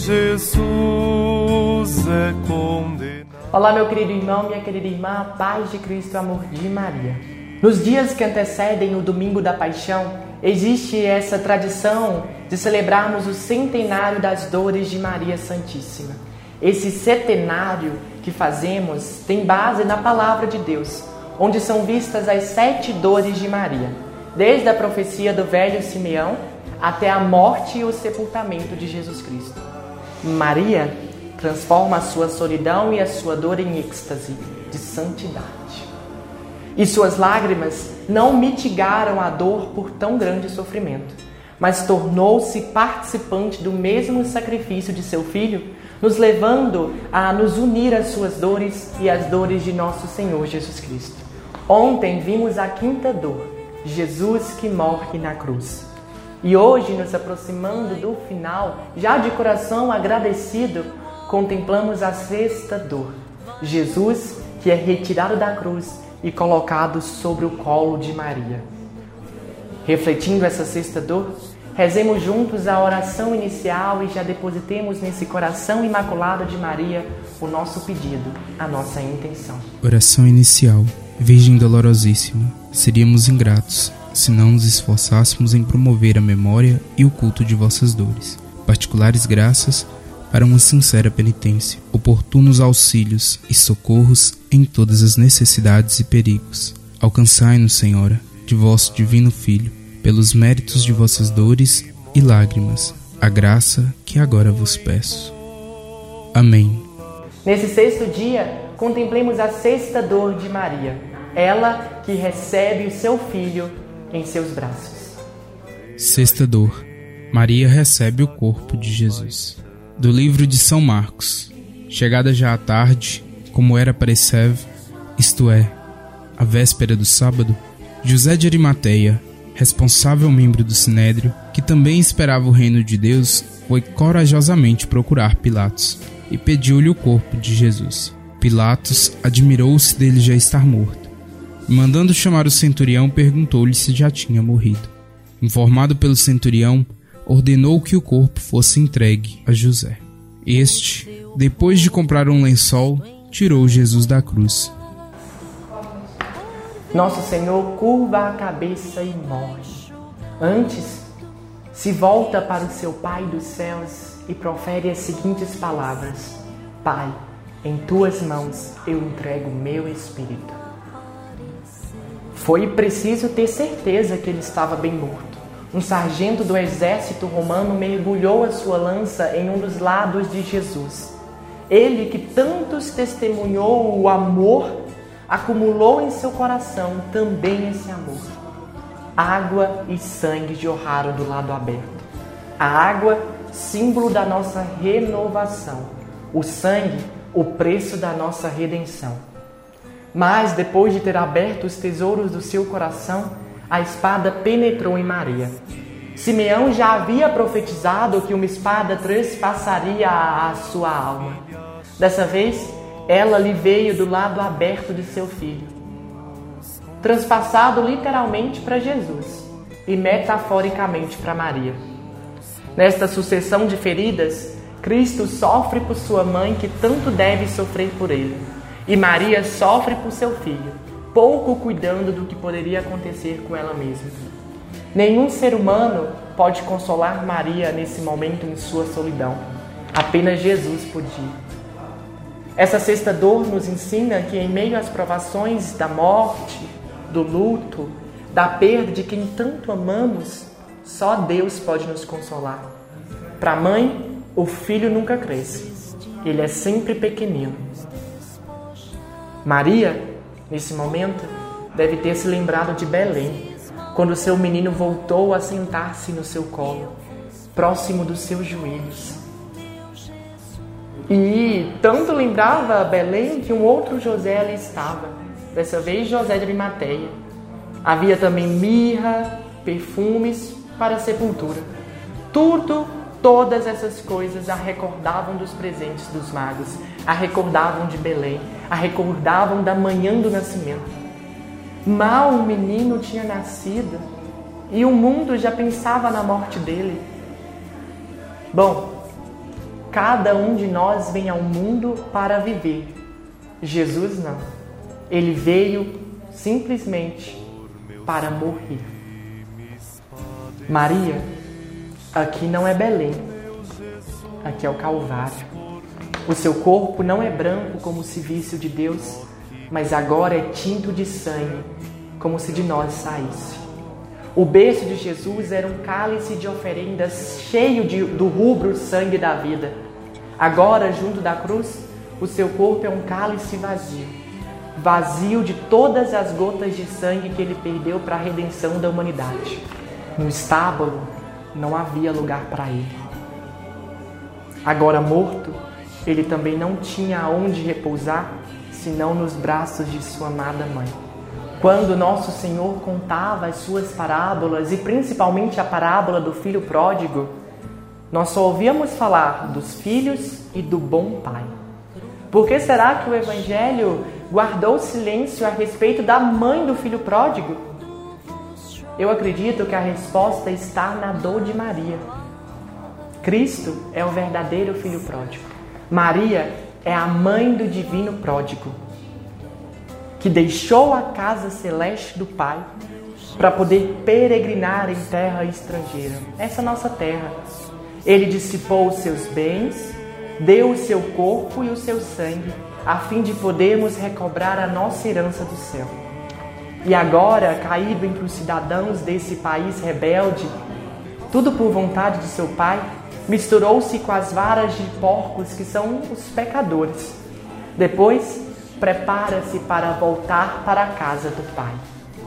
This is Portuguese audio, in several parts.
Jesus é condenado. Olá, meu querido irmão, minha querida irmã, a paz de Cristo, o amor de Maria. Nos dias que antecedem o domingo da Paixão, existe essa tradição de celebrarmos o centenário das dores de Maria Santíssima. Esse centenário que fazemos tem base na palavra de Deus, onde são vistas as 7 dores de Maria, desde a profecia do velho Simeão até a morte e o sepultamento de Jesus Cristo. Maria transforma a sua solidão e a sua dor em êxtase de santidade. E suas lágrimas não mitigaram a dor por tão grande sofrimento, mas tornou-se participante do mesmo sacrifício de seu Filho, nos levando a nos unir às suas dores e às dores de nosso Senhor Jesus Cristo. Ontem vimos a 5ª dor, Jesus que morre na cruz. E hoje, nos aproximando do final, já de coração agradecido, contemplamos a 6ª dor, Jesus que é retirado da cruz e colocado sobre o colo de Maria. Refletindo essa 6ª dor, rezemos juntos a oração inicial e já depositemos nesse coração imaculado de Maria o nosso pedido, a nossa intenção. Oração inicial. Virgem dolorosíssima, seríamos ingratos se não nos esforçássemos em promover a memória e o culto de vossas dores. Particulares graças para uma sincera penitência, oportunos auxílios e socorros em todas as necessidades e perigos. Alcançai-nos, Senhora, de vosso divino Filho, pelos méritos de vossas dores e lágrimas, a graça que agora vos peço. Amém. Nesse 6º dia, contemplemos a 6ª dor de Maria, ela que recebe o seu Filho em seus braços. 6ª dor. Maria recebe o corpo de Jesus. Do livro de São Marcos. Chegada já a tarde, como era pareceve, isto é, a véspera do sábado, José de Arimateia, responsável membro do Sinédrio, que também esperava o reino de Deus, foi corajosamente procurar Pilatos e pediu-lhe o corpo de Jesus. Pilatos admirou-se dele já estar morto, e mandando chamar o centurião, perguntou-lhe se já tinha morrido. Informado pelo centurião, ordenou que o corpo fosse entregue a José. Este, depois de comprar um lençol, tirou Jesus da cruz. Nosso Senhor curva a cabeça e morre. Antes, se volta para o seu Pai dos céus e profere as seguintes palavras: Pai, em tuas mãos eu entrego o meu espírito. Foi preciso ter certeza que ele estava bem morto. Um sargento do exército romano mergulhou a sua lança em um dos lados de Jesus. Ele que tantos testemunhou o amor, acumulou em seu coração também esse amor. Água e sangue jorraram do lado aberto. A água, símbolo da nossa renovação. O sangue, o preço da nossa redenção. Mas, depois de ter aberto os tesouros do seu coração, a espada penetrou em Maria. Simeão já havia profetizado que uma espada transpassaria a sua alma. Dessa vez, ela lhe veio do lado aberto de seu filho, transpassado literalmente para Jesus e metaforicamente para Maria. Nesta sucessão de feridas, Cristo sofre por sua mãe, que tanto deve sofrer por ele, e Maria sofre por seu filho, pouco cuidando do que poderia acontecer com ela mesma. Nenhum ser humano pode consolar Maria nesse momento em sua solidão. Apenas Jesus podia. Essa 6ª dor nos ensina que, em meio às provações da morte, do luto, da perda de quem tanto amamos, só Deus pode nos consolar. Para a mãe, o filho nunca cresce. Ele é sempre pequenino. Maria, nesse momento, deve ter se lembrado de Belém, quando seu menino voltou a sentar-se no seu colo, próximo dos seus joelhos. E tanto lembrava Belém que um outro José ali estava, dessa vez José de Arimateia. Havia também mirra, perfumes para a sepultura. Todas essas coisas a recordavam dos presentes dos magos, a recordavam de Belém, a recordavam da manhã do nascimento. Mal o menino tinha nascido e o mundo já pensava na morte dele. Bom, cada um de nós vem ao mundo para viver. Jesus não. Ele veio simplesmente para morrer. Maria, aqui não é Belém. Aqui é o Calvário. O seu corpo não é branco como se visse o de Deus, mas agora é tinto de sangue, como se de nós saísse. O berço de Jesus era um cálice de oferendas cheio do rubro sangue da vida. Agora, junto da cruz, o seu corpo é um cálice vazio. Vazio de todas as gotas de sangue que ele perdeu para a redenção da humanidade. No estábulo não havia lugar para ele. Agora morto, ele também não tinha aonde repousar, senão nos braços de sua amada mãe. Quando nosso Senhor contava as suas parábolas, e principalmente a parábola do filho pródigo, nós só ouvíamos falar dos filhos e do bom pai. Por que será que o Evangelho guardou silêncio a respeito da mãe do filho pródigo? Eu acredito que a resposta está na dor de Maria. Cristo é o verdadeiro filho pródigo. Maria é a mãe do divino pródigo, que deixou a casa celeste do Pai para poder peregrinar em terra estrangeira. Essa é a nossa terra. Ele dissipou os seus bens, deu o seu corpo e o seu sangue, a fim de podermos recobrar a nossa herança do céu. E agora, caído entre os cidadãos desse país rebelde, tudo por vontade de seu Pai, misturou-se com as varas de porcos que são os pecadores. Depois, prepara-se para voltar para a casa do Pai.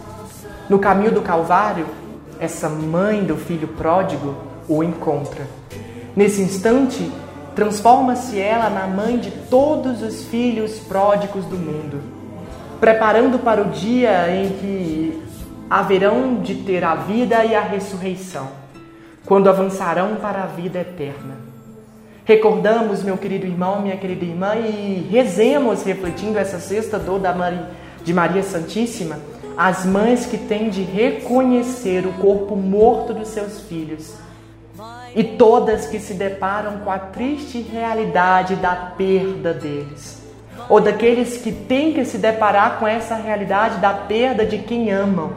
No caminho do Calvário, essa mãe do filho pródigo o encontra. Nesse instante, transforma-se ela na mãe de todos os filhos pródigos do mundo, preparando para o dia em que haverão de ter a vida e a ressurreição, quando avançarão para a vida eterna. Recordamos, meu querido irmão, minha querida irmã, e rezemos, refletindo essa sexta dor de Maria Santíssima, as mães que têm de reconhecer o corpo morto dos seus filhos, e todas que se deparam com a triste realidade da perda deles, ou daqueles que têm que se deparar com essa realidade da perda de quem amam.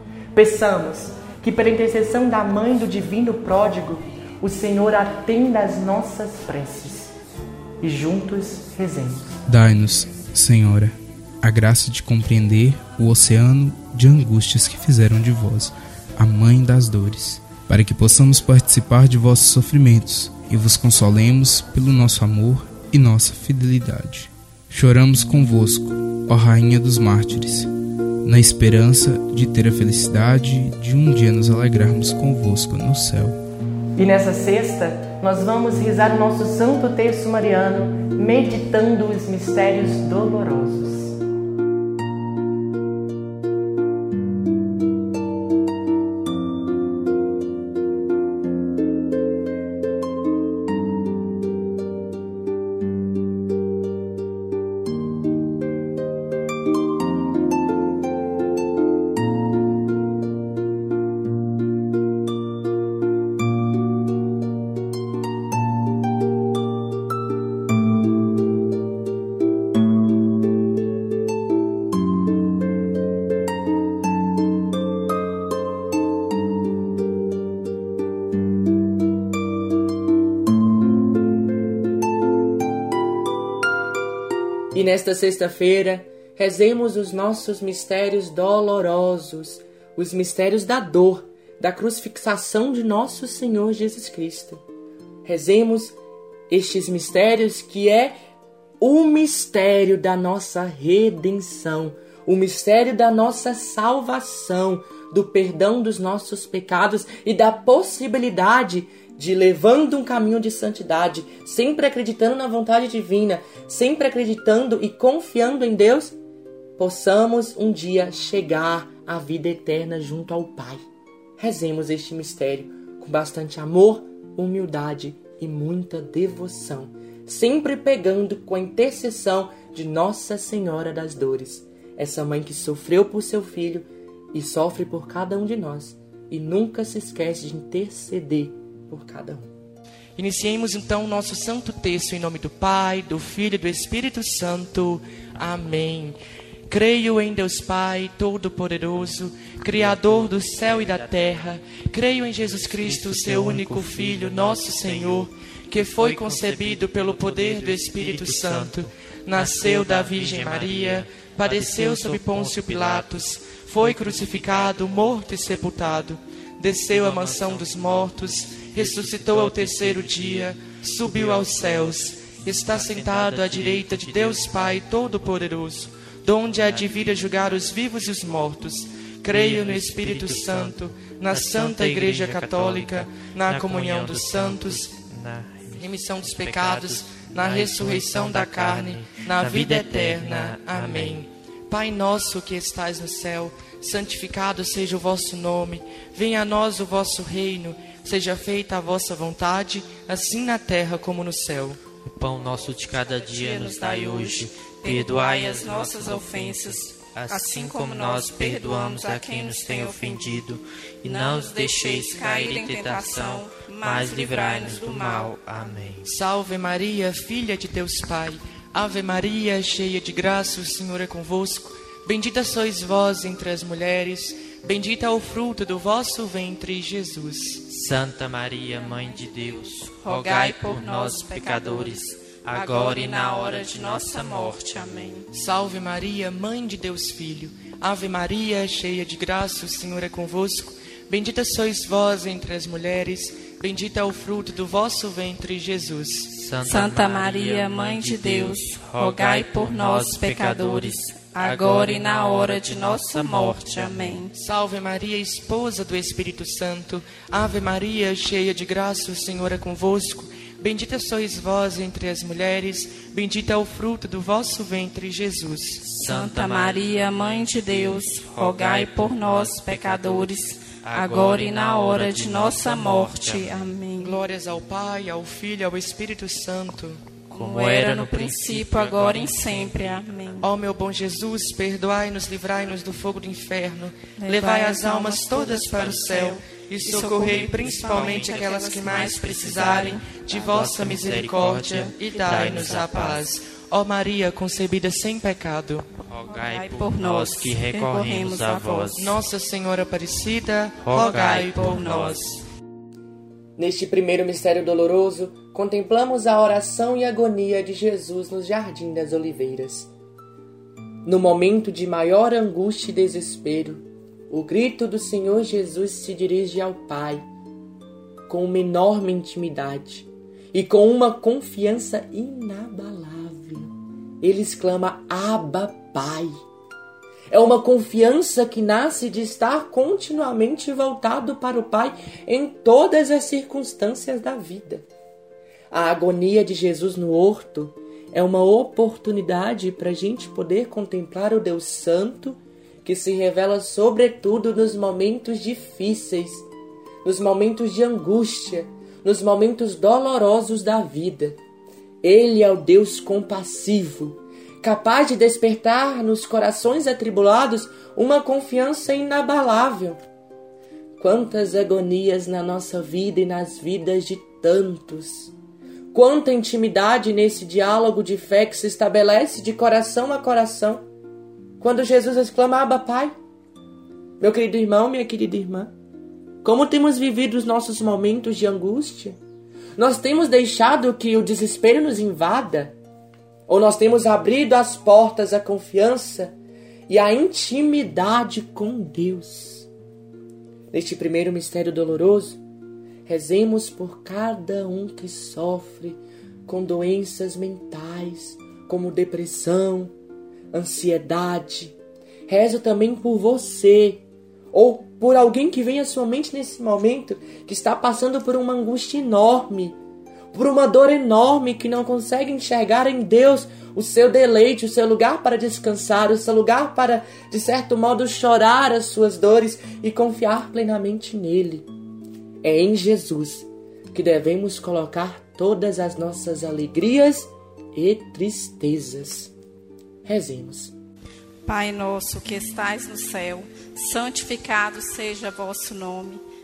Peçamos que, pela intercessão da mãe do divino pródigo, o Senhor atenda às nossas preces e juntos rezemos. Dai-nos, Senhora, a graça de compreender o oceano de angústias que fizeram de vós a mãe das dores, para que possamos participar de vossos sofrimentos e vos consolemos pelo nosso amor e nossa fidelidade. Choramos convosco, ó Rainha dos Mártires, na esperança de ter a felicidade de um dia nos alegrarmos convosco no céu. E nessa sexta, nós vamos rezar o nosso Santo Terço Mariano, meditando os mistérios dolorosos. E nesta sexta-feira, rezemos os nossos mistérios dolorosos, os mistérios da dor, da crucifixação de nosso Senhor Jesus Cristo. Rezemos estes mistérios que é o mistério da nossa redenção, o mistério da nossa salvação, do perdão dos nossos pecados e da possibilidade de, levando um caminho de santidade, sempre acreditando na vontade divina, sempre acreditando e confiando em Deus, possamos um dia chegar à vida eterna junto ao Pai. Rezemos este mistério com bastante amor, humildade e muita devoção, sempre pegando com a intercessão de Nossa Senhora das Dores, essa mãe que sofreu por seu filho e sofre por cada um de nós e nunca se esquece de interceder por cada um. Iniciemos então o nosso santo texto em nome do Pai, do Filho e do Espírito Santo. Amém. Creio em Deus Pai, Todo-Poderoso, Criador do céu e da terra. Creio em Jesus Cristo, seu único Filho, nosso Senhor, que foi concebido pelo poder do Espírito Santo. Nasceu da Virgem Maria, padeceu sob Pôncio Pilatos, foi crucificado, morto e sepultado. Desceu à mansão dos mortos, ressuscitou ao terceiro dia, subiu aos céus, está sentado à direita de Deus Pai Todo-Poderoso, donde há de vir a julgar os vivos e os mortos. Creio no Espírito Santo, na Santa Igreja Católica, na comunhão dos santos, na remissão dos pecados, na ressurreição da carne, na vida eterna. Amém. Pai nosso que estais no céu, santificado seja o vosso nome. Venha a nós o vosso reino. Seja feita a vossa vontade, assim na terra como no céu. O pão nosso de cada dia nos dai hoje. Perdoai as nossas ofensas, assim como nós perdoamos a quem nos tem ofendido. E não os deixeis cair em tentação, mas livrai-nos do mal. Amém. Salve Maria, filha de Deus Pai. Ave Maria, cheia de graça, o Senhor é convosco. Bendita sois vós entre as mulheres, bendito é o fruto do vosso ventre, Jesus. Santa Maria, Mãe de Deus, rogai por nós, pecadores, agora e na hora de nossa morte. Amém. Salve Maria, Mãe de Deus Filho. Ave Maria, cheia de graça, o Senhor é convosco. Bendita sois vós entre as mulheres, bendito é o fruto do vosso ventre, Jesus. Santa Maria, Mãe de Deus, rogai por nós, pecadores, agora e na hora de nossa morte. Amém. Salve Maria, esposa do Espírito Santo. Ave Maria, cheia de graça, o Senhor é convosco. Bendita sois vós entre as mulheres, bendito é o fruto do vosso ventre, Jesus. Santa Maria, Mãe de Deus, rogai por nós, pecadores, agora e na hora de nossa morte. Amém. Glórias ao Pai, ao Filho e ao Espírito Santo, como era no princípio, agora e sempre. Amém. Ó meu bom Jesus, perdoai-nos, livrai-nos do fogo do inferno, levai as almas todas para o céu e socorrei principalmente aquelas que mais precisarem de vossa misericórdia, e dai-nos a paz. Ó Maria, concebida sem pecado, rogai por nós que recorremos a vós. Nossa Senhora Aparecida, rogai por nós. Neste primeiro mistério doloroso, contemplamos a oração e agonia de Jesus no Jardim das Oliveiras. No momento de maior angústia e desespero, o grito do Senhor Jesus se dirige ao Pai, com uma enorme intimidade e com uma confiança inabalável. Ele exclama: Abba, Pai. É uma confiança que nasce de estar continuamente voltado para o Pai em todas as circunstâncias da vida. A agonia de Jesus no horto é uma oportunidade para a gente poder contemplar o Deus Santo, que se revela sobretudo nos momentos difíceis, nos momentos de angústia, nos momentos dolorosos da vida. Ele é o Deus compassivo, capaz de despertar nos corações atribulados uma confiança inabalável. Quantas agonias na nossa vida e nas vidas de tantos! Quanta intimidade nesse diálogo de fé que se estabelece de coração a coração, quando Jesus exclama: Abba, Pai. Meu querido irmão, minha querida irmã, como temos vivido os nossos momentos de angústia? Nós temos deixado que o desespero nos invada? Ou nós temos abrido as portas à confiança e à intimidade com Deus? Neste primeiro mistério doloroso, rezemos por cada um que sofre com doenças mentais, como depressão, ansiedade. Rezo também por você, ou por alguém que vem à sua mente nesse momento, que está passando por uma angústia enorme, por uma dor enorme, que não consegue enxergar em Deus o seu deleite, o seu lugar para descansar, o seu lugar para, de certo modo, chorar as suas dores e confiar plenamente nele. É em Jesus que devemos colocar todas as nossas alegrias e tristezas. Rezemos. Pai nosso que estais no céu, santificado seja vosso nome.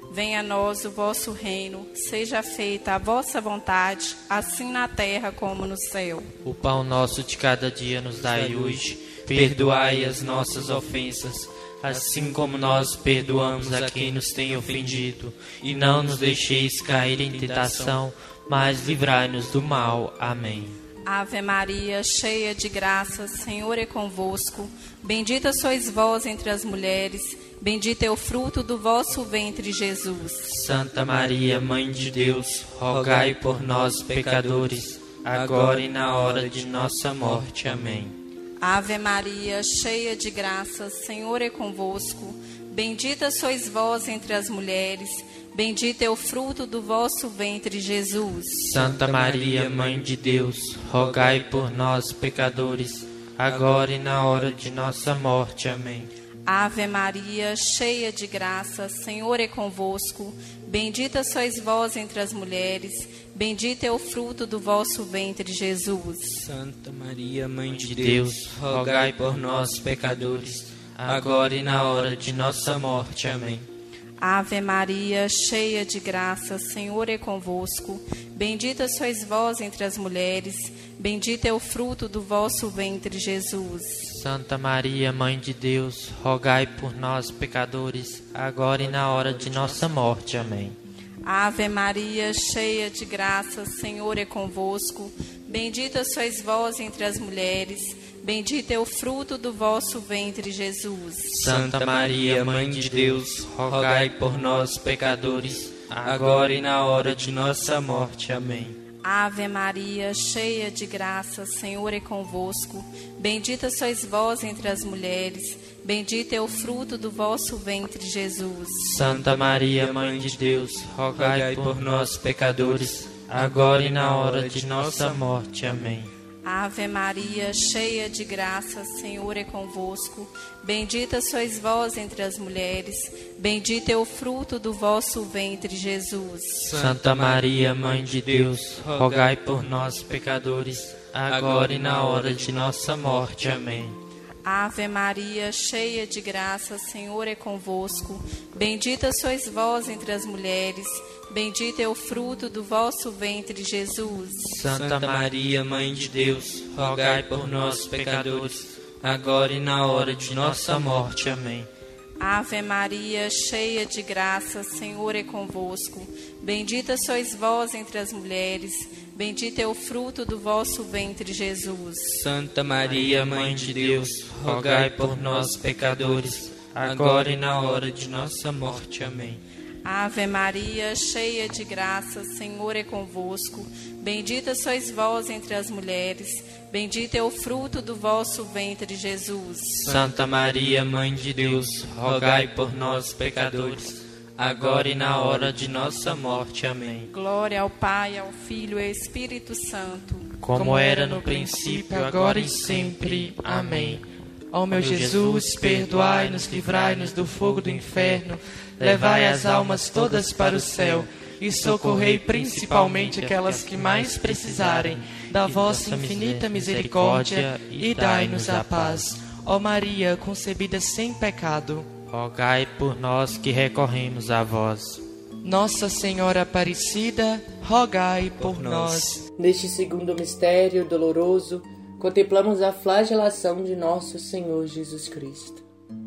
Venha a nós o vosso reino, seja feita a vossa vontade, assim na terra como no céu. O pão nosso de cada dia nos dai hoje. Perdoai as nossas ofensas, assim como nós perdoamos a quem nos tem ofendido. E não nos deixeis cair em tentação, mas livrai-nos do mal. Amém. Ave Maria, cheia de graça, Senhor é convosco. Bendita sois vós entre as mulheres, bendito é o fruto do vosso ventre, Jesus. Santa Maria, Mãe de Deus, rogai por nós, pecadores, agora e na hora de nossa morte. Amém. Ave Maria, cheia de graça, Senhor é convosco. Bendita sois vós entre as mulheres, bendito é o fruto do vosso ventre, Jesus. Santa Maria, Mãe de Deus, rogai por nós, pecadores, agora e na hora de nossa morte. Amém. Ave Maria, cheia de graça, Senhor é convosco. Bendita sois vós entre as mulheres, bendito é o fruto do vosso ventre, Jesus. Santa Maria, Mãe de Deus, rogai por nós, pecadores, agora e na hora de nossa morte. Amém. Ave Maria, cheia de graça, Senhor é convosco. Bendita sois vós entre as mulheres, bendito é o fruto do vosso ventre, Jesus. Santa Maria, Mãe de Deus, rogai por nós, pecadores, agora e na hora de nossa morte. Amém. Ave Maria, cheia de graça, Senhor é convosco. Bendita sois vós entre as mulheres, bendito é o fruto do vosso ventre, Jesus. Santa Maria, Mãe de Deus, rogai por nós, pecadores, agora e na hora de nossa morte. Amém. Ave Maria, cheia de graça, Senhor é convosco. Bendita sois vós entre as mulheres, bendito é o fruto do vosso ventre, Jesus. Santa Maria, Mãe de Deus, rogai por nós, pecadores, agora e na hora de nossa morte. Amém. Ave Maria, cheia de graça, Senhor é convosco. Bendita sois vós entre as mulheres, bendito é o fruto do vosso ventre, Jesus. Santa Maria, Mãe de Deus, rogai por nós, pecadores, agora e na hora de nossa morte. Amém. Ave Maria, cheia de graça, Senhor é convosco. Bendita sois vós entre as mulheres, bendito é o fruto do vosso ventre, Jesus. Santa Maria, Mãe de Deus, rogai por nós, pecadores, agora e na hora de nossa morte. Amém. Ave Maria, cheia de graça, Senhor é convosco. Bendita sois vós entre as mulheres, bendito é o fruto do vosso ventre, Jesus. Santa Maria, Mãe de Deus, rogai por nós, pecadores, agora e na hora de nossa morte. Amém. Ave Maria, cheia de graça, Senhor é convosco. Bendita sois vós entre as mulheres, bendito é o fruto do vosso ventre, Jesus. Santa Maria, Mãe de Deus, rogai por nós, pecadores, agora e na hora de nossa morte. Amém. Glória ao Pai, ao Filho e ao Espírito Santo, como era no princípio, agora e sempre. Amém. Ó meu Jesus, perdoai-nos, livrai-nos do fogo do inferno, levai as almas todas para o céu e socorrei principalmente aquelas que mais precisarem da vossa infinita misericórdia e dai-nos a paz. Ó Maria, concebida sem pecado, rogai por nós que recorremos a vós. Nossa Senhora Aparecida, rogai por nós. Neste segundo mistério doloroso, contemplamos a flagelação de nosso Senhor Jesus Cristo.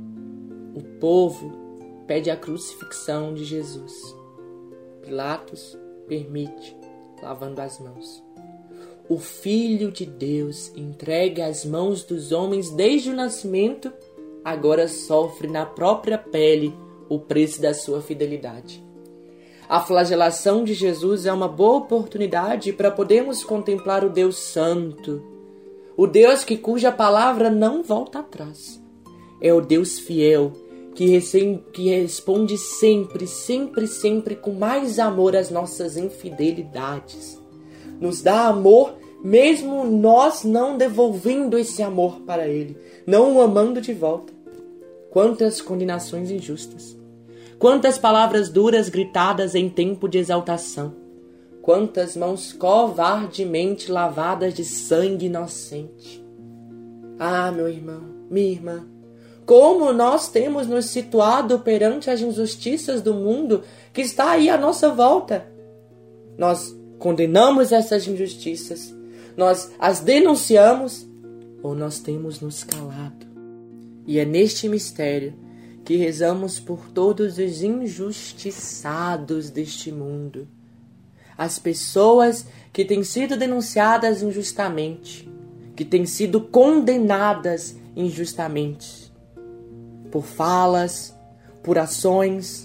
O povo pede a crucifixão de Jesus. Pilatos permite, lavando as mãos. O Filho de Deus, entregue às mãos dos homens desde o nascimento, agora sofre na própria pele o preço da sua fidelidade. A flagelação de Jesus é uma boa oportunidade para podermos contemplar o Deus Santo, o Deus cuja palavra não volta atrás. É o Deus fiel que responde sempre com mais amor às nossas infidelidades. Nos dá amor mesmo nós não devolvendo esse amor para Ele, não o amando de volta. Quantas condenações injustas, quantas palavras duras gritadas em tempo de exaltação, quantas mãos covardemente lavadas de sangue inocente. Ah, meu irmão, minha irmã, como nós temos nos situado perante as injustiças do mundo que está aí à nossa volta. Nós condenamos essas injustiças, nós as denunciamos ou nós temos nos calado. E é neste mistério que rezamos por todos os injustiçados deste mundo, as pessoas que têm sido denunciadas injustamente, que têm sido condenadas injustamente, por falas, por ações.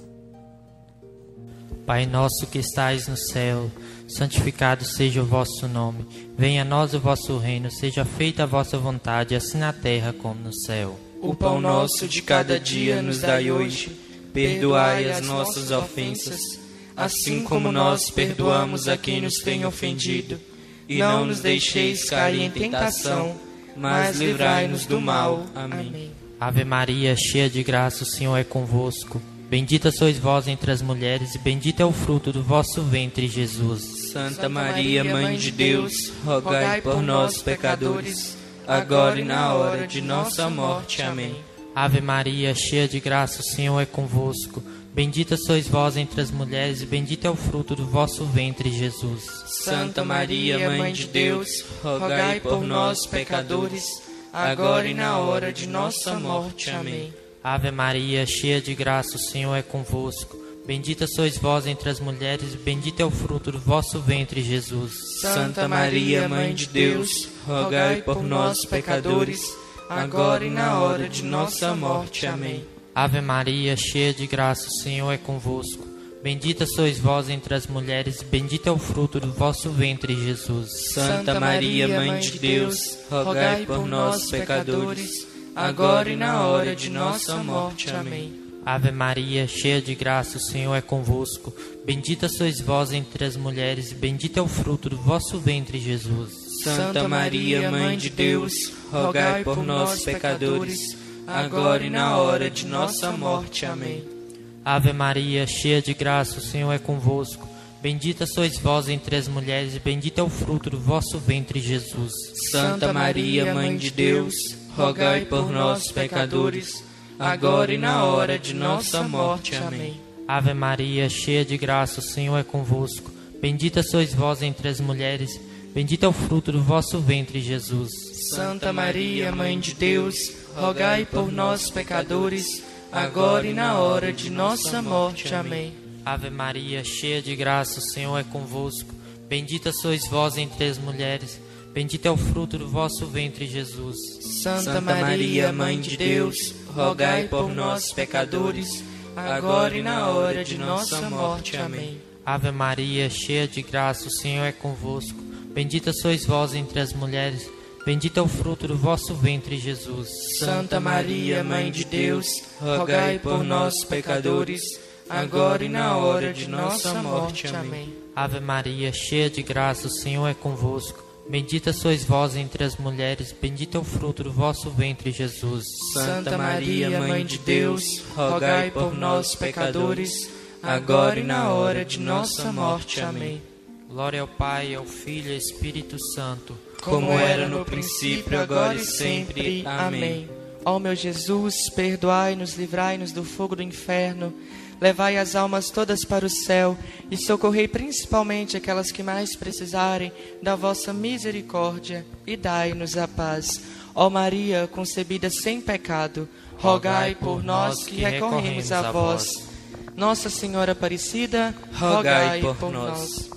Pai nosso que estais no céu, santificado seja o vosso nome. Venha a nós o vosso reino, seja feita a vossa vontade, assim na terra como no céu. O pão nosso de cada dia nos dai hoje. Perdoai as nossas ofensas, assim como nós perdoamos a quem nos tem ofendido. E não nos deixeis cair em tentação, mas livrai-nos do mal. Amém. Ave Maria, cheia de graça, o Senhor é convosco. Bendita sois vós entre as mulheres, e bendito é o fruto do vosso ventre, Jesus. Santa Maria, Mãe de Deus, rogai por nós, pecadores, agora e na hora de nossa morte. Amém. Ave Maria, cheia de graça, o Senhor é convosco. Bendita sois vós entre as mulheres, e bendito é o fruto do vosso ventre, Jesus. Santa Maria, Mãe de Deus, rogai por nós, pecadores, agora e na hora de nossa morte. Amém. Ave Maria, cheia de graça, o Senhor é convosco. Bendita sois vós entre as mulheres, e bendito é o fruto do vosso ventre, Jesus. Santa Maria, Mãe de Deus, rogai por nós, pecadores, agora e na hora de nossa morte. Amém. Ave Maria, cheia de graça, o Senhor é convosco. Bendita sois vós entre as mulheres, e bendito é o fruto do vosso ventre, Jesus. Santa Maria, Mãe de Deus, rogai por nós, pecadores, agora e na hora de nossa morte. Amém. Ave Maria, cheia de graça, o Senhor é convosco. Bendita sois vós entre as mulheres, e bendito é o fruto do vosso ventre, Jesus. Santa Maria, Mãe de Deus, rogai por nós, pecadores, agora e na hora de nossa morte. Amém. Ave Maria, cheia de graça, o Senhor é convosco. Bendita sois vós entre as mulheres, e bendito é o fruto do vosso ventre, Jesus. Santa Maria, Mãe de Deus, rogai por nós, pecadores, agora e na hora de nossa morte. Amém. Ave Maria, cheia de graça, o Senhor é convosco. Bendita sois vós entre as mulheres, bendito é o fruto do vosso ventre, Jesus. Santa Maria, Mãe de Deus, rogai por nós, pecadores, agora e na hora de nossa morte. Amém. Ave Maria, cheia de graça, o Senhor é convosco. Bendita sois vós entre as mulheres, bendito é o fruto do vosso ventre, Jesus. Santa Maria, Mãe de Deus, rogai por nós, pecadores, agora e na hora de nossa morte. Amém. Ave Maria, cheia de graça, o Senhor é convosco. Bendita sois vós entre as mulheres, bendito é o fruto do vosso ventre, Jesus. Santa Maria, Mãe de Deus, rogai por nós, pecadores, agora e na hora de nossa morte. Amém. Ave Maria, cheia de graça, o Senhor é convosco. Bendita sois vós entre as mulheres, bendito é o fruto do vosso ventre, Jesus. Santa Maria, Mãe de Deus, rogai por nós, pecadores, agora e na hora de nossa morte. Amém. Glória ao Pai, ao Filho e ao Espírito Santo, como era no princípio, agora e sempre. Amém. Ó meu Jesus, perdoai-nos, livrai-nos do fogo do inferno, levai as almas todas para o céu e socorrei principalmente aquelas que mais precisarem da vossa misericórdia e dai-nos a paz. Ó Maria, concebida sem pecado, rogai por nós que recorremos a vós. Nossa Senhora Aparecida, rogai por nós.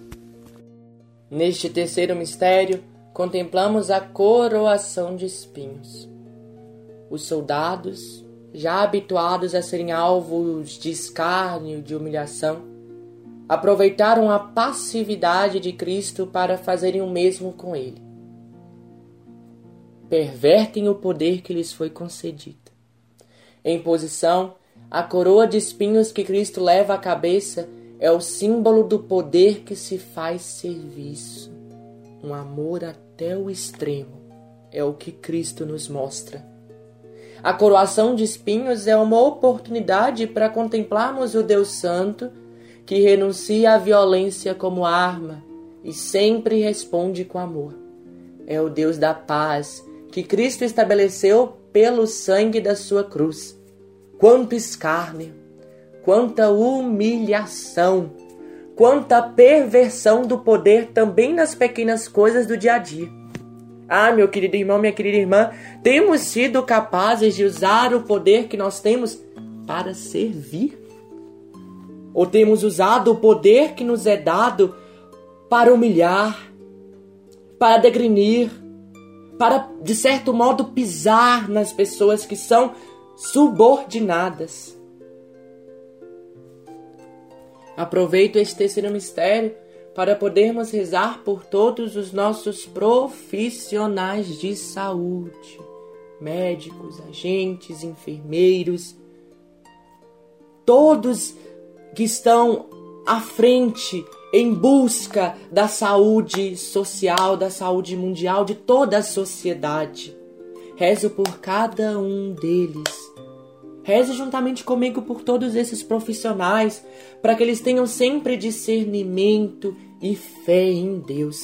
Neste terceiro mistério, contemplamos a coroação de espinhos. Os soldados, já habituados a serem alvos de escárnio, de humilhação, aproveitaram a passividade de Cristo para fazerem o mesmo com ele. Pervertem o poder que lhes foi concedido. Em posição, a coroa de espinhos que Cristo leva à cabeça é o símbolo do poder que se faz serviço. Um amor até o extremo é o que Cristo nos mostra. A coroação de espinhos é uma oportunidade para contemplarmos o Deus Santo que renuncia à violência como arma e sempre responde com amor. É o Deus da paz que Cristo estabeleceu pelo sangue da sua cruz. Quanto escárnio, quanta humilhação, quanta perversão do poder também nas pequenas coisas do dia a dia. Ah, meu querido irmão, minha querida irmã, temos sido capazes de usar o poder que nós temos para servir? Ou temos usado o poder que nos é dado para humilhar, para degrinir, para, de certo modo, pisar nas pessoas que são subordinadas? Aproveito este terceiro mistério para podermos rezar por todos os nossos profissionais de saúde, médicos, agentes, enfermeiros, todos que estão à frente em busca da saúde social, da saúde mundial de toda a sociedade. Rezo por cada um deles. Reze juntamente comigo por todos esses profissionais, para que eles tenham sempre discernimento e fé em Deus.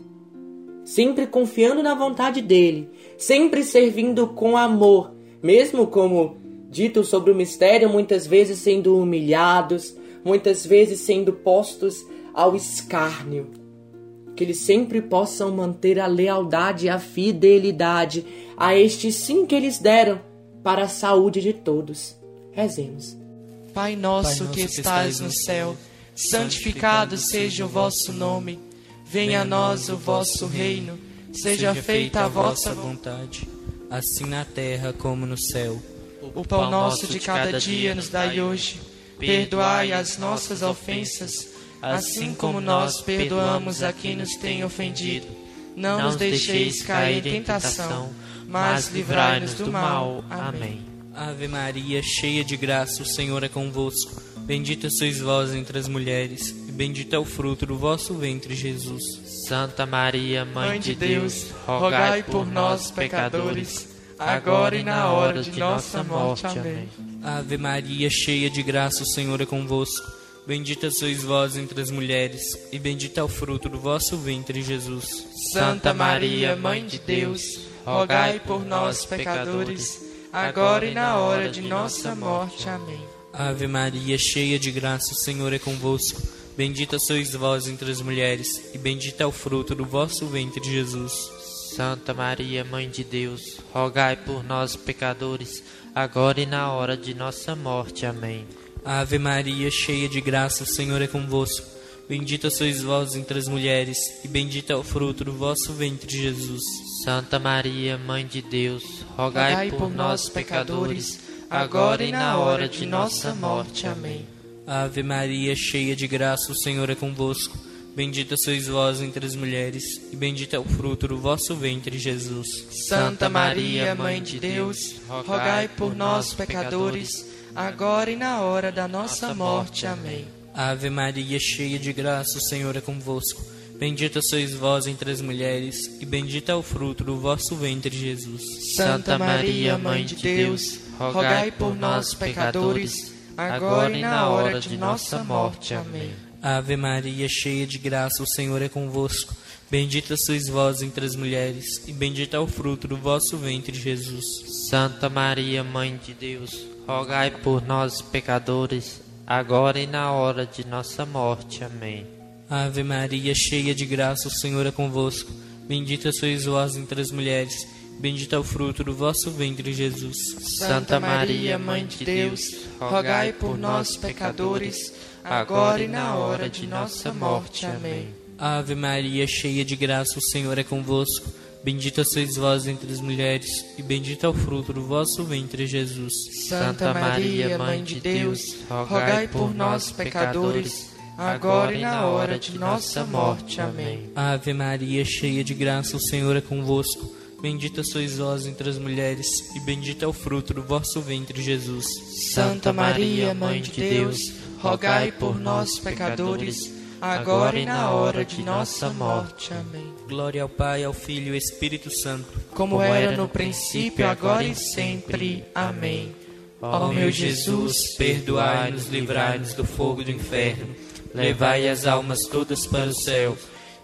Sempre confiando na vontade dele, sempre servindo com amor, mesmo como dito sobre o mistério, muitas vezes sendo humilhados, muitas vezes sendo postos ao escárnio. Que eles sempre possam manter a lealdade e a fidelidade a este sim que eles deram para a saúde de todos. Rezemos. Pai nosso que estais no céu, santificado seja o vosso nome. Venha a nós o vosso reino. Seja feita a vossa vontade, assim na terra como no céu. O pão nosso de cada dia nos dai hoje. Perdoai as nossas ofensas, assim como nós perdoamos a quem nos tem ofendido. Não nos deixeis cair em tentação, mas livrai-nos do mal. Amém. Ave Maria, cheia de graça, o Senhor é convosco. Bendita sois vós entre as mulheres, e bendito é o fruto do vosso ventre, Jesus. Santa Maria, Mãe de Deus, rogai por nós, pecadores, agora e na hora de nossa morte. Amém. Ave Maria, cheia de graça, o Senhor é convosco. Bendita sois vós entre as mulheres, e bendito é o fruto do vosso ventre, Jesus. Santa Maria, Mãe de Deus, rogai por nós, pecadores, agora e na hora de nossa morte. Amém. Ave Maria, cheia de graça, o Senhor é convosco. Bendita sois vós entre as mulheres, e bendito é o fruto do vosso ventre, Jesus. Santa Maria, Mãe de Deus, rogai por nós, pecadores, agora e na hora de nossa morte. Amém. Ave Maria, cheia de graça, o Senhor é convosco. Bendita sois vós entre as mulheres, e bendito é o fruto do vosso ventre, Jesus. Santa Maria, Mãe de Deus, rogai por nós, pecadores, agora e na hora de nossa morte. Amém. Ave Maria, cheia de graça, o Senhor é convosco. Bendita sois vós entre as mulheres, e bendito é o fruto do vosso ventre, Jesus. Santa Maria, Mãe de Deus, rogai por nós, pecadores, agora e na hora da nossa morte. Amém. Ave Maria, cheia de graça, o Senhor é convosco. Bendita sois vós entre as mulheres, e bendito é o fruto do vosso ventre, Jesus. Santa Maria, Mãe de Deus, rogai por nós, pecadores, agora e na hora de nossa morte. Amém. Ave Maria, cheia de graça, o Senhor é convosco. Bendita sois vós entre as mulheres, e bendito é o fruto do vosso ventre, Jesus. Santa Maria, Mãe de Deus, rogai por nós, pecadores, agora e na hora de nossa morte. Amém. Ave Maria, cheia de graça, o Senhor é convosco. Bendita sois vós entre as mulheres, bendito é o fruto do vosso ventre, Jesus. Santa Maria, Mãe de Deus, rogai por nós, pecadores, agora e na hora de nossa morte. Amém. Ave Maria, cheia de graça, o Senhor é convosco. Bendita sois vós entre as mulheres, e bendito é o fruto do vosso ventre, Jesus. Santa Maria, Mãe de Deus, rogai por nós, pecadores, agora e na hora de nossa morte. Amém. Ave Maria, cheia de graça, o Senhor é convosco. Bendita sois vós entre as mulheres, e bendito é o fruto do vosso ventre, Jesus. Santa Maria, Mãe de Deus, rogai por nós, pecadores, agora e na hora de nossa morte. Amém. Glória ao Pai, ao Filho e ao Espírito Santo, como era no princípio, agora e sempre. Amém. Ó meu Jesus, perdoai-nos, livrai-nos do fogo do inferno, levai as almas todas para o céu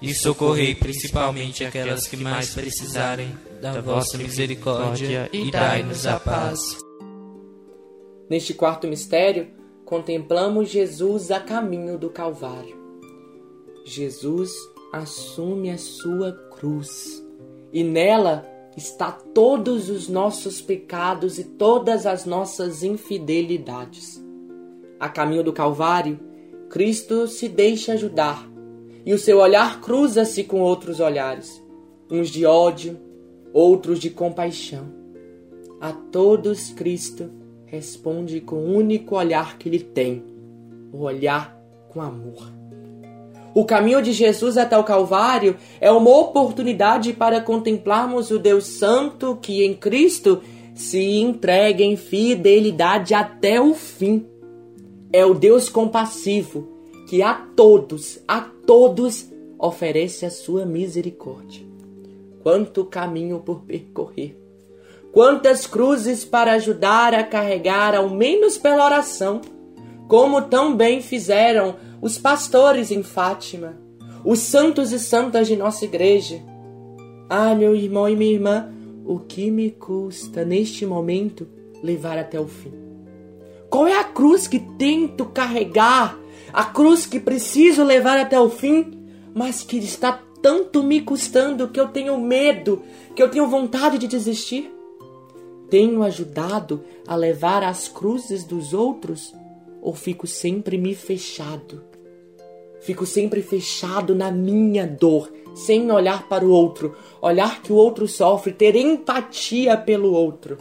e socorrei principalmente aquelas que mais precisarem da vossa misericórdia, e dai-nos a paz. Neste quarto mistério, contemplamos Jesus a caminho do Calvário. Jesus assume a sua cruz, e nela está todos os nossos pecados e todas as nossas infidelidades. A caminho do Calvário, Cristo se deixa ajudar, e o seu olhar cruza-se com outros olhares, uns de ódio, outros de compaixão. A todos Cristo responde com o único olhar que ele tem, o olhar com amor. O caminho de Jesus até o Calvário é uma oportunidade para contemplarmos o Deus Santo que em Cristo se entrega em fidelidade até o fim. É o Deus compassivo que a todos oferece a sua misericórdia. Quanto caminho por percorrer! Quantas cruzes para ajudar a carregar, ao menos pela oração, como tão bem fizeram os pastores em Fátima, os santos e santas de nossa igreja. Ah, meu irmão e minha irmã, o que me custa neste momento levar até o fim? Qual é a cruz que tento carregar, a cruz que preciso levar até o fim, mas que está tanto me custando que eu tenho medo, que eu tenho vontade de desistir? Tenho ajudado a levar as cruzes dos outros ou fico sempre me fechado? Fico sempre fechado na minha dor, sem olhar para o outro, olhar que o outro sofre, ter empatia pelo outro.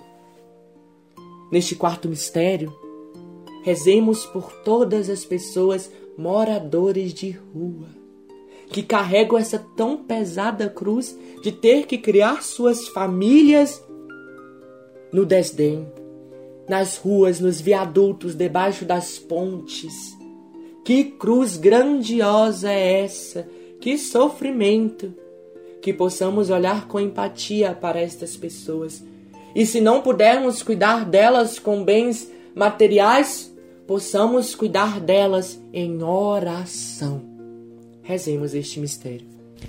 Neste quarto mistério, rezemos por todas as pessoas moradores de rua, que carregam essa tão pesada cruz de ter que criar suas famílias no desdém, nas ruas, nos viadutos, debaixo das pontes. Que cruz grandiosa é essa, que sofrimento! Que possamos olhar com empatia para estas pessoas. E se não pudermos cuidar delas com bens materiais, possamos cuidar delas em oração. Rezemos este mistério.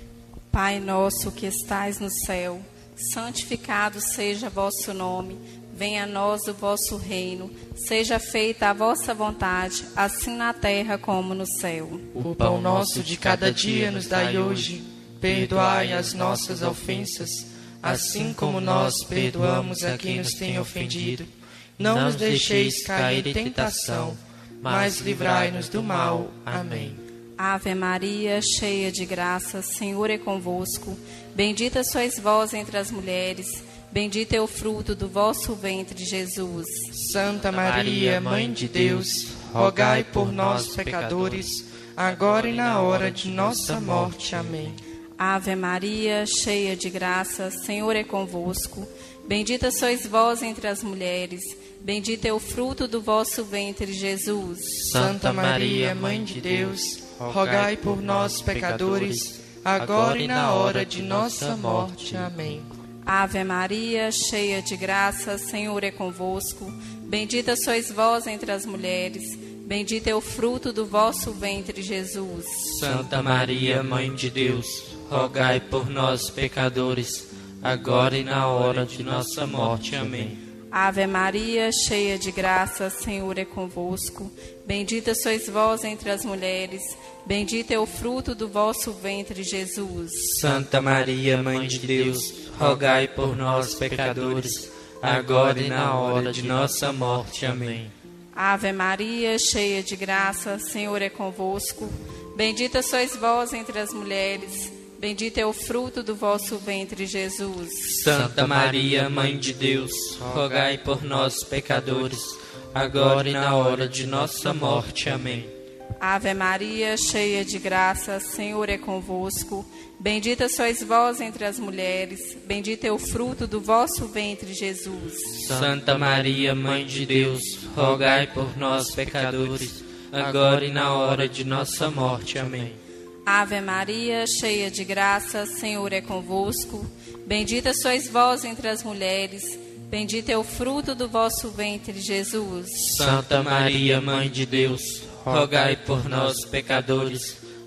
Pai nosso que estais no céu, santificado seja vosso nome. Venha a nós o vosso reino, seja feita a vossa vontade, assim na terra como no céu. O pão nosso de cada dia nos dai hoje, perdoai as nossas ofensas, assim como nós perdoamos a quem nos tem ofendido. Não nos deixeis cair em tentação, mas livrai-nos do mal. Amém. Ave Maria, cheia de graça, Senhor é convosco. Bendita sois vós entre as mulheres, bendito é o fruto do vosso ventre, Jesus. Santa Maria, Mãe de Deus, rogai por nós, pecadores, agora e na hora de nossa morte. Amém. Ave Maria, cheia de graça, Senhor é convosco. Bendita sois vós entre as mulheres, bendito é o fruto do vosso ventre, Jesus. Santa Maria, Mãe de Deus, rogai por nós, pecadores, agora e na hora de nossa morte. Amém. Ave Maria, cheia de graça, Senhor é convosco. Bendita sois vós entre as mulheres, bendito é o fruto do vosso ventre, Jesus. Santa Maria, Mãe de Deus, rogai por nós, pecadores, agora e na hora de nossa morte. Amém. Ave Maria, cheia de graça, Senhor é convosco. Bendita sois vós entre as mulheres, bendito é o fruto do vosso ventre, Jesus. Santa Maria, Mãe de Deus, rogai por nós, pecadores, agora e na hora de nossa morte. Amém. Ave Maria, cheia de graça, Senhor é convosco. Bendita sois vós entre as mulheres, bendito é o fruto do vosso ventre, Jesus. Santa Maria, Mãe de Deus, rogai por nós, pecadores, agora e na hora de nossa morte. Amém. Ave Maria, cheia de graça, Senhor é convosco. Bendita sois vós entre as mulheres, bendito é o fruto do vosso ventre, Jesus. Santa Maria, Mãe de Deus, rogai por nós, pecadores, agora e na hora de nossa morte. Amém. Ave Maria, cheia de graça, Senhor é convosco. Bendita sois vós entre as mulheres, bendito é o fruto do vosso ventre, Jesus. Santa Maria, Mãe de Deus, rogai por nós, pecadores,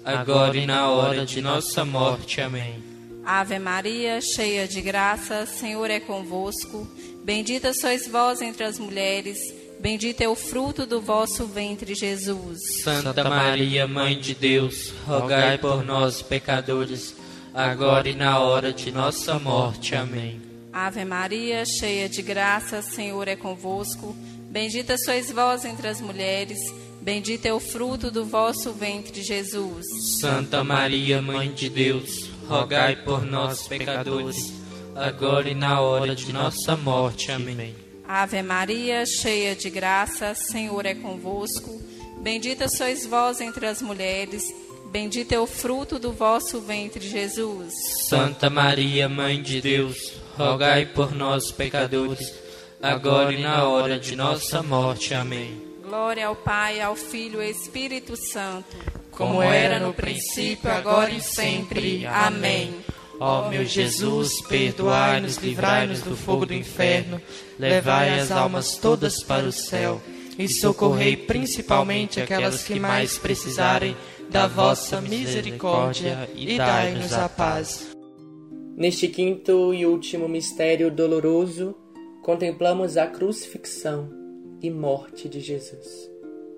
agora e na hora de nossa morte. Amém. Ave Maria, cheia de graça, Senhor é convosco. Bendita sois vós entre as mulheres, bendito é o fruto do vosso ventre, Jesus. Santa Maria, Mãe de Deus, rogai por nós, pecadores, agora e na hora de nossa morte. Amém. Ave Maria, cheia de graça, Senhor é convosco. Bendita sois vós entre as mulheres, bendito é o fruto do vosso ventre, Jesus. Santa Maria, Mãe de Deus, rogai por nós, pecadores, agora e na hora de nossa morte. Amém. Ave Maria, cheia de graça, Senhor é convosco. Bendita sois vós entre as mulheres, bendito é o fruto do vosso ventre, Jesus. Santa Maria, Mãe de Deus, rogai por nós, pecadores, agora e na hora de nossa morte. Amém. Glória ao Pai, ao Filho e ao Espírito Santo, como era no princípio, agora e sempre. Amém. Ó meu Jesus, perdoai-nos, livrai-nos do fogo do inferno, levai as almas todas para o céu e socorrei principalmente aquelas que mais precisarem da vossa misericórdia, e dai-nos a paz. Neste quinto e último mistério doloroso, contemplamos a crucifixão e morte de Jesus.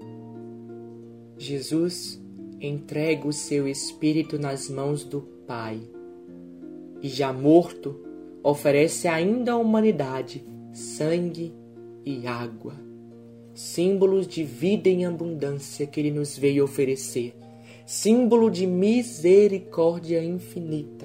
Jesus entrega o seu espírito nas mãos do Pai e, já morto, oferece ainda à humanidade sangue e água, símbolos de vida em abundância que Ele nos veio oferecer, símbolo de misericórdia infinita.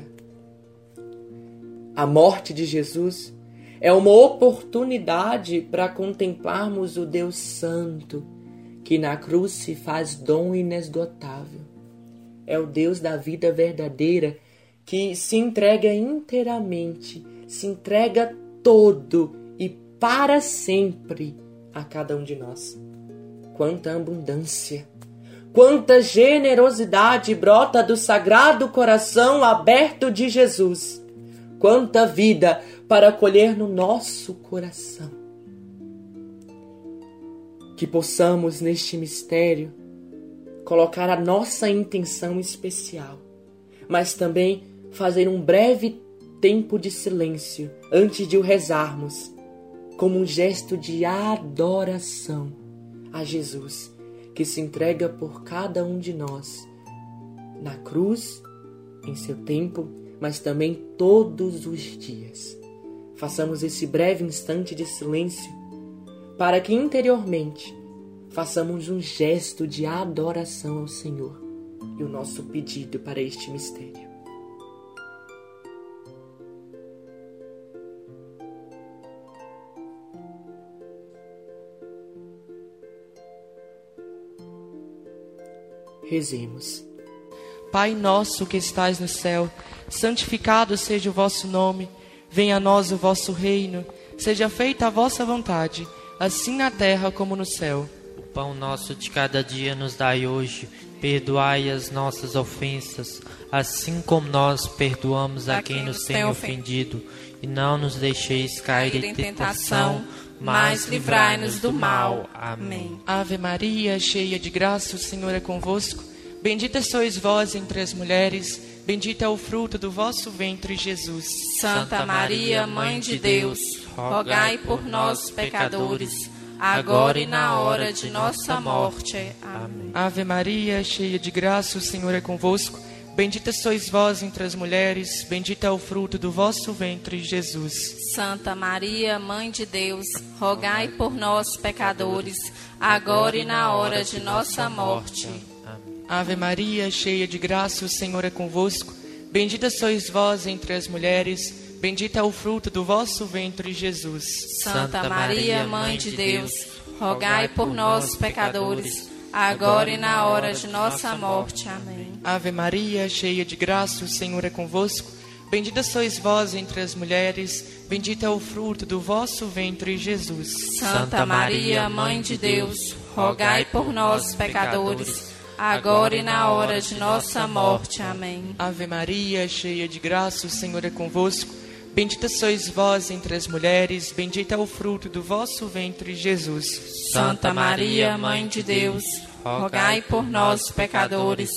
A morte de Jesus é uma oportunidade para contemplarmos o Deus Santo, que na cruz se faz dom inesgotável. É o Deus da vida verdadeira que se entrega inteiramente, se entrega todo e para sempre a cada um de nós. Quanta abundância, quanta generosidade brota do sagrado coração aberto de Jesus. Quanta vida para acolher no nosso coração. Que possamos, neste mistério, colocar a nossa intenção especial, mas também fazer um breve tempo de silêncio antes de o rezarmos, como um gesto de adoração a Jesus, que se entrega por cada um de nós, na cruz, em seu tempo, mas também todos os dias. Façamos esse breve instante de silêncio para que interiormente façamos um gesto de adoração ao Senhor e o nosso pedido para este mistério. Rezemos. Pai nosso que estais no céu, santificado seja o vosso nome, venha a nós o vosso reino, seja feita a vossa vontade, assim na terra como no céu. O pão nosso de cada dia nos dai hoje, perdoai as nossas ofensas, assim como nós perdoamos a quem nos tem ofendido, e não nos deixeis cair em tentação, mas livrai-nos do mal. Amém. Ave Maria, cheia de graça, o Senhor é convosco. Bendita sois vós entre as mulheres, bendito é o fruto do vosso ventre, Jesus. Santa Maria, Mãe de Deus, rogai por nós, pecadores, agora e na hora de nossa morte. Amém. Ave Maria, cheia de graça, o Senhor é convosco. Bendita sois vós entre as mulheres, bendito é o fruto do vosso ventre, Jesus. Santa Maria, Mãe de Deus, rogai por nós, pecadores, agora e na hora de nossa morte. Ave Maria, cheia de graça, o Senhor é convosco. Bendita sois vós entre as mulheres, bendito é o fruto do vosso ventre, Jesus. Santa Maria, Mãe de Deus, rogai por nós, pecadores, agora e na hora de nossa morte. Amém. Ave Maria, cheia de graça, o Senhor é convosco. Bendita sois vós entre as mulheres, bendito é o fruto do vosso ventre, Jesus. Santa Maria, Mãe de Deus, rogai por nós, pecadores, agora e na hora de nossa morte. Amém. Ave Maria, cheia de graça, o Senhor é convosco. Bendita sois vós entre as mulheres, bendito é o fruto do vosso ventre, Jesus. Santa Maria, Mãe de Deus, rogai por nós, pecadores,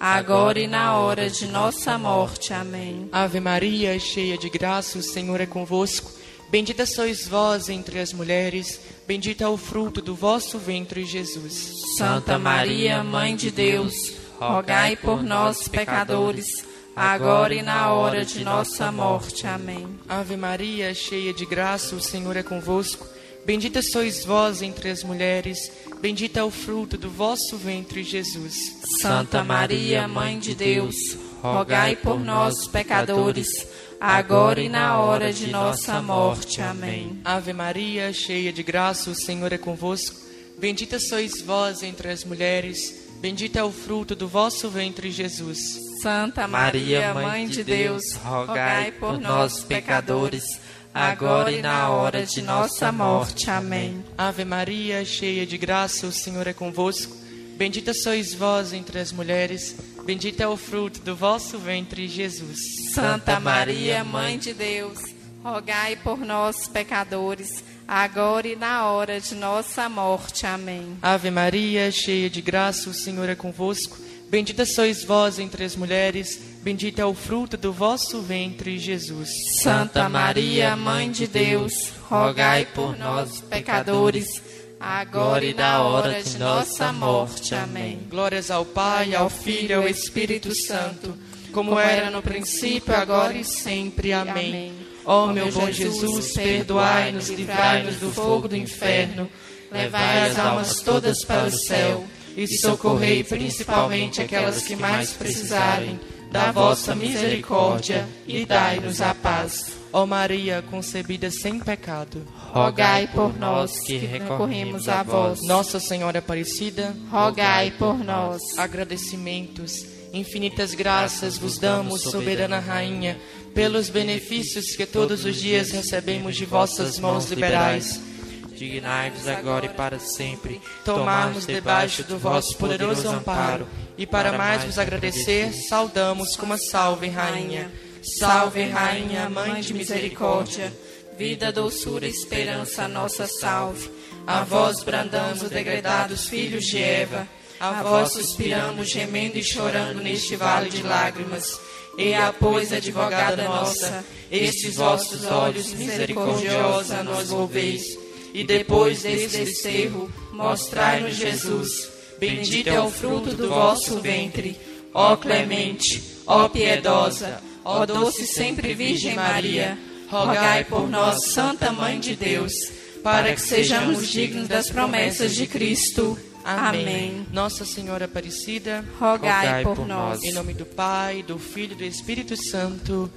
agora e na hora de nossa morte. Amém. Ave Maria, cheia de graça, o Senhor é convosco. Bendita sois vós entre as mulheres, bendito é o fruto do vosso ventre, Jesus. Santa Maria, Mãe de Deus, rogai por nós, pecadores, agora e na hora de nossa morte. Amém. Ave Maria, cheia de graça, o Senhor é convosco. Bendita sois vós entre as mulheres, bendito é o fruto do vosso ventre, Jesus. Santa Maria, Mãe de Deus, rogai por nós, pecadores, agora e na hora de nossa morte. Amém. Ave Maria, cheia de graça, o Senhor é convosco. Bendita sois vós entre as mulheres, bendito é o fruto do vosso ventre, Jesus. Santa Maria, Mãe de Deus, rogai por nós, pecadores, agora e na hora de nossa morte. Amém. Ave Maria, cheia de graça, o Senhor é convosco. Bendita sois vós entre as mulheres, bendito é o fruto do vosso ventre, Jesus. Santa Maria, Mãe de Deus, rogai por nós, pecadores, agora e na hora de nossa morte. Amém. Ave Maria, cheia de graça, o Senhor é convosco. Bendita sois vós entre as mulheres, bendito é o fruto do vosso ventre, Jesus. Santa Maria, Mãe de Deus, rogai por nós, pecadores, agora e na hora de nossa morte. Amém. Glórias ao Pai, ao Filho e ao Espírito Santo, como era no princípio, agora e sempre. Amém. Ó meu bom Jesus, perdoai-nos, livrai-nos do fogo do inferno, levai as almas todas para o céu e socorrei principalmente aquelas que mais precisarem da vossa misericórdia, e dai-nos a paz. Ó Maria, concebida sem pecado, rogai por nós que recorremos a vós. Nossa Senhora Aparecida, rogai por nós. Agradecimentos, infinitas graças vos damos, soberana Rainha, pelos benefícios que todos os dias recebemos de vossas mãos liberais. Dignai-vos agora e para sempre tomarmos debaixo do vosso poderoso amparo, e para mais vos agradecer, saudamos como a Salve Rainha. Salve Rainha, Mãe de Misericórdia, vida, doçura e esperança, nossa salve. A vós brandamos os degredados filhos de Eva, a vós suspiramos gemendo e chorando neste vale de lágrimas. Eia, pois, advogada nossa, estes vossos olhos misericordiosa nos volveis, e depois deste desterro, mostrai-nos Jesus. Bendito é o fruto do vosso ventre, ó clemente, ó piedosa, ó doce sempre Virgem Maria. Rogai por nós, Santa Mãe de Deus, para que sejamos dignos das promessas de Cristo. Amém. Nossa Senhora Aparecida, rogai por nós. Em nome do Pai, do Filho e do Espírito Santo.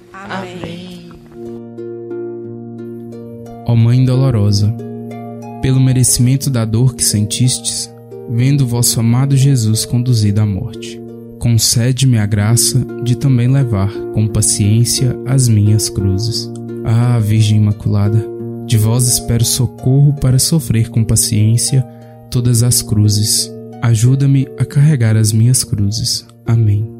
Amém. Ó Mãe dolorosa, pelo merecimento da dor que sentistes, vendo vosso amado Jesus conduzido à morte, concede-me a graça de também levar com paciência as minhas cruzes. Ah, Virgem Imaculada, de vós espero socorro para sofrer com paciência todas as cruzes. Ajuda-me a carregar as minhas cruzes. Amém.